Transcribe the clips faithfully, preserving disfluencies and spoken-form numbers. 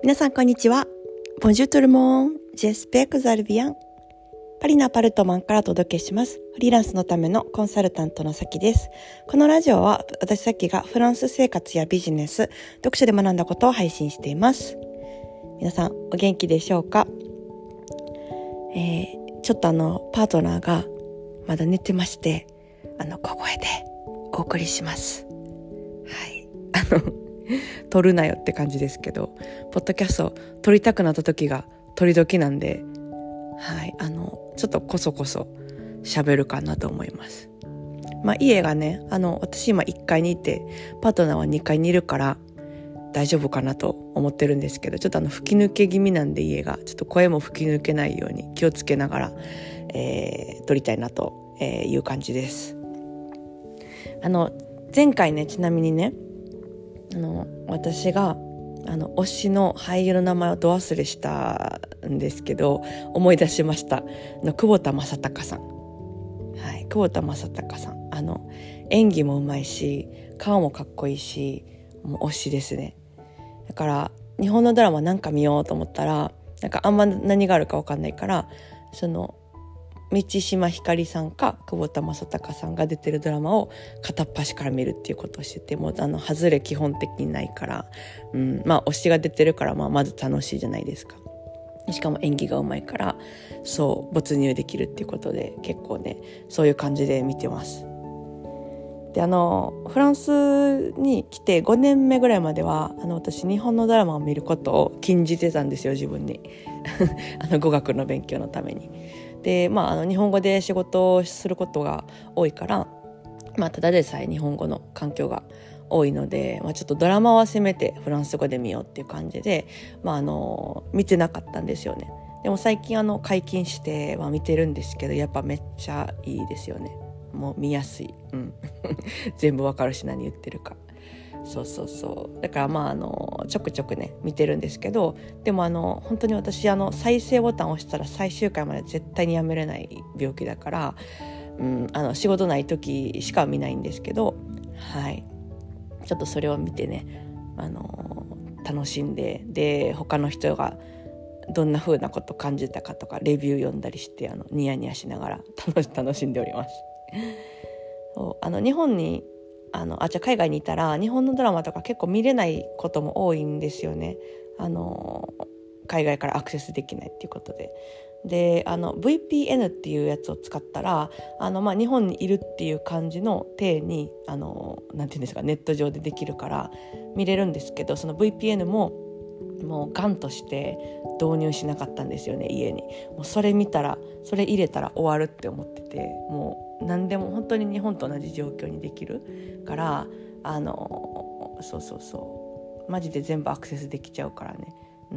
皆さんこんにちは。Bonjour tout le monde. J'espère que vous allez bien. パリのアパルトマンからお届けします。フリーランスのためのコンサルタントのさきです。このラジオは私さきがフランス生活やビジネス、読書で学んだことを配信しています。皆さんお元気でしょうか？えー、ちょっとあのパートナーがまだ寝てまして、あの小声でお送りします。はい。あの撮るなよって感じですけど、ポッドキャスト撮りたくなった時が撮り時なんで、はい、あのちょっとこそこそ喋るかなと思います。まあ家がね、あの私今いっかいにいて、パートナーはにかいにいるから大丈夫かなと思ってるんですけど、ちょっとあの吹き抜け気味なんで、家がちょっと声も吹き抜けないように気をつけながら、えー、撮りたいなという感じです。あの前回ね、ちなみにね、あの私があの推しの俳優の名前をど忘れしたんですけど、思い出しました。あの久保田正孝さん、はい、久保田正孝さん、あの演技もうまいし、顔もかっこいいし、もう推しですね。だから日本のドラマなんか見ようと思ったら、なんかあんま何があるか分かんないから、その道島ひかりさんか久保田正孝さんが出てるドラマを片っ端から見るっていうことをしてて、もうあの外れ基本的にないから、うん、まあ推しが出てるから、まあ、まず楽しいじゃないですか。しかも演技がうまいから、そう没入できるっていうことで、結構ねそういう感じで見てます。で、あのフランスに来てごねんめぐらいまでは、あの私日本のドラマを見ることを禁じてたんですよ、自分にあの語学の勉強のために。で、まあ、あの日本語で仕事をすることが多いから、まあ、ただでさえ日本語の環境が多いので、まあ、ちょっとドラマはせめてフランス語で見ようっていう感じで、まあ、あの見てなかったんですよね。でも最近あの解禁して、まあ、見てるんですけど、やっぱめっちゃいいですよね。もう見やすい、うん、全部わかるし何言ってるか。そうそうそう。だからまああのちょくちょくね見てるんですけど、でもあの本当に私あの再生ボタンを押したら最終回まで絶対にやめれない病気だから、うん、あの仕事ない時しか見ないんですけど、はい、ちょっとそれを見てね、あの楽しんで、で他の人がどんな風なこと感じたかとかレビュー読んだりして、あのニヤニヤしながら楽し楽しんでおります。そうあの日本にあのあじゃあ海外にいたら日本のドラマとか結構見れないことも多いんですよね。あの海外からアクセスできないっていうことで、であの ブイピーエヌ っていうやつを使ったら、あの、まあ、日本にいるっていう感じの体にあのなんていうんですか、ネット上でできるから見れるんですけど、その ブイピーエヌ ももうガンとして導入しなかったんですよね、家に。もうそれ見たら、それ入れたら終わるって思ってて、もう何でも本当に日本と同じ状況にできるから、あのそうそうそうマジで全部アクセスできちゃうからね、うん、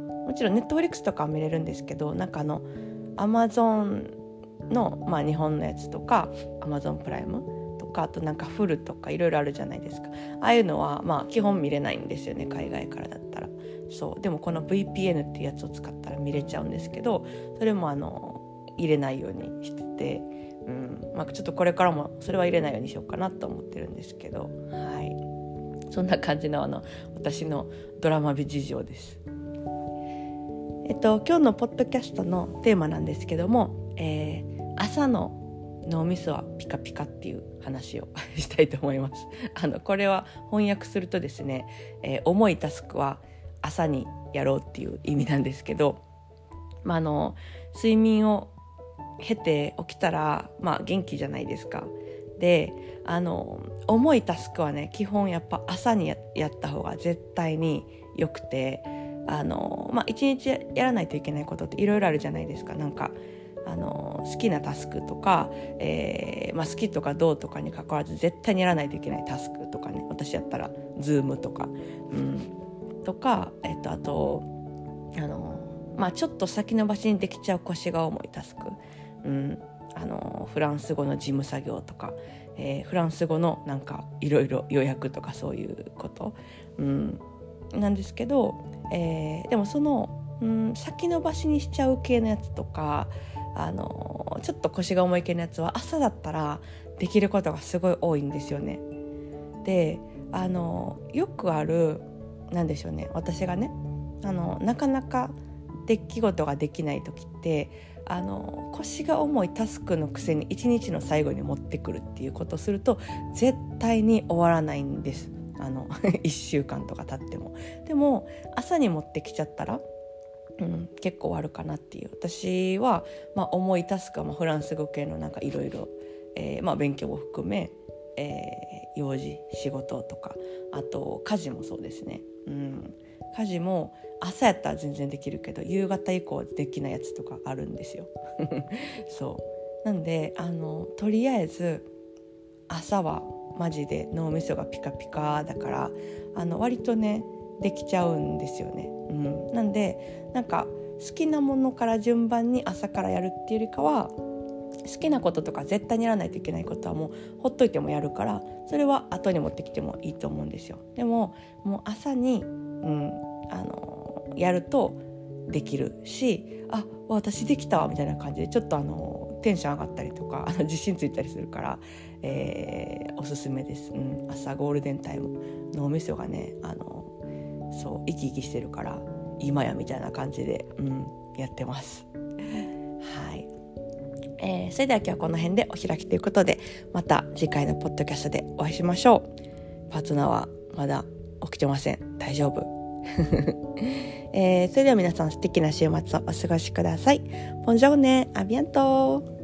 もちろんネットフリックスとかは見れるんですけど、なんかあのアマゾンの、まあ、日本のやつとかアマゾンプライムとか、あとなんかフルとかいろいろあるじゃないですか。ああいうのはまあ基本見れないんですよね、海外からだったら。そうでもこの ブイピーエヌ っていうやつを使ったら見れちゃうんですけど、それもあの入れないようにしてて、うんまあ、ちょっとこれからもそれは入れないようにしようかなと思ってるんですけど、はい、そんな感じのあの私のドラマ美事情です。えっと今日のポッドキャストのテーマなんですけども、えー、朝の脳みそはピカピカっていう話をしたいと思います。あのこれは翻訳するとですね、えー、重いタスクは朝にやろうっていう意味なんですけど、まあ、あの睡眠を経て起きたら、まあ、元気じゃないですか。であの重いタスクはね、基本やっぱ朝に や, やった方が絶対によくて、あの、まあ、一日やらないといけないことっていろいろあるじゃないですか。なんかあの好きなタスクとか、えーまあ、好きとかどうとかに関わらず絶対にやらないといけないタスクとかね、私やったらズームとか、うんとか、えっと、あとあの、まあ、ちょっと先延ばしにできちゃう腰が重いタスク、うん、あのフランス語の事務作業とか、えー、フランス語のなんかいろいろ予約とかそういうこと、うん、なんですけど、えー、でもその、うん、先延ばしにしちゃう系のやつとか、あのちょっと腰が重い系のやつは朝だったらできることがすごい多いんですよね。であのよくあるなんでしょうね、私がねあのなかなか出来事ができない時ってあの腰が重いタスクのくせに一日の最後に持ってくるっていうことをすると絶対に終わらないんです。あのいっしゅうかんとか経っても。でも朝に持ってきちゃったら、うん、結構終わるかなっていう。私は、まあ、重いタスクは、まあ、フランス語系のなんかいろいろ勉強を含め、えー、用事仕事とかあと家事もそうですね、うん、家事も朝やったら全然できるけど夕方以降できないやつとかあるんですよそうなんであのとりあえず朝はマジで脳みそがピカピカだからあの割とねできちゃうんですよね、うん、なんでなんか好きなものから順番に朝からやるっていうよりかは好きなこととか絶対にやらないといけないことはもうほっといてもやるからそれは後に持ってきてもいいと思うんですよ。でももう朝に、うん、あのやるとできるしあ私できたみたいな感じでちょっとあのテンション上がったりとかあの自信ついたりするから、えー、おすすめです、うん、朝ゴールデンタイム脳みそがねあのそう生き生きしてるから今やみたいな感じで、うん、やってますはい、えー、それでは今日はこの辺でお開きということでまた次回のポッドキャストでお会いしましょう。パートナーはまだ起きてません。大丈夫えー、それでは皆さん素敵な週末をお過ごしください。ボンジョルネ、アビアント。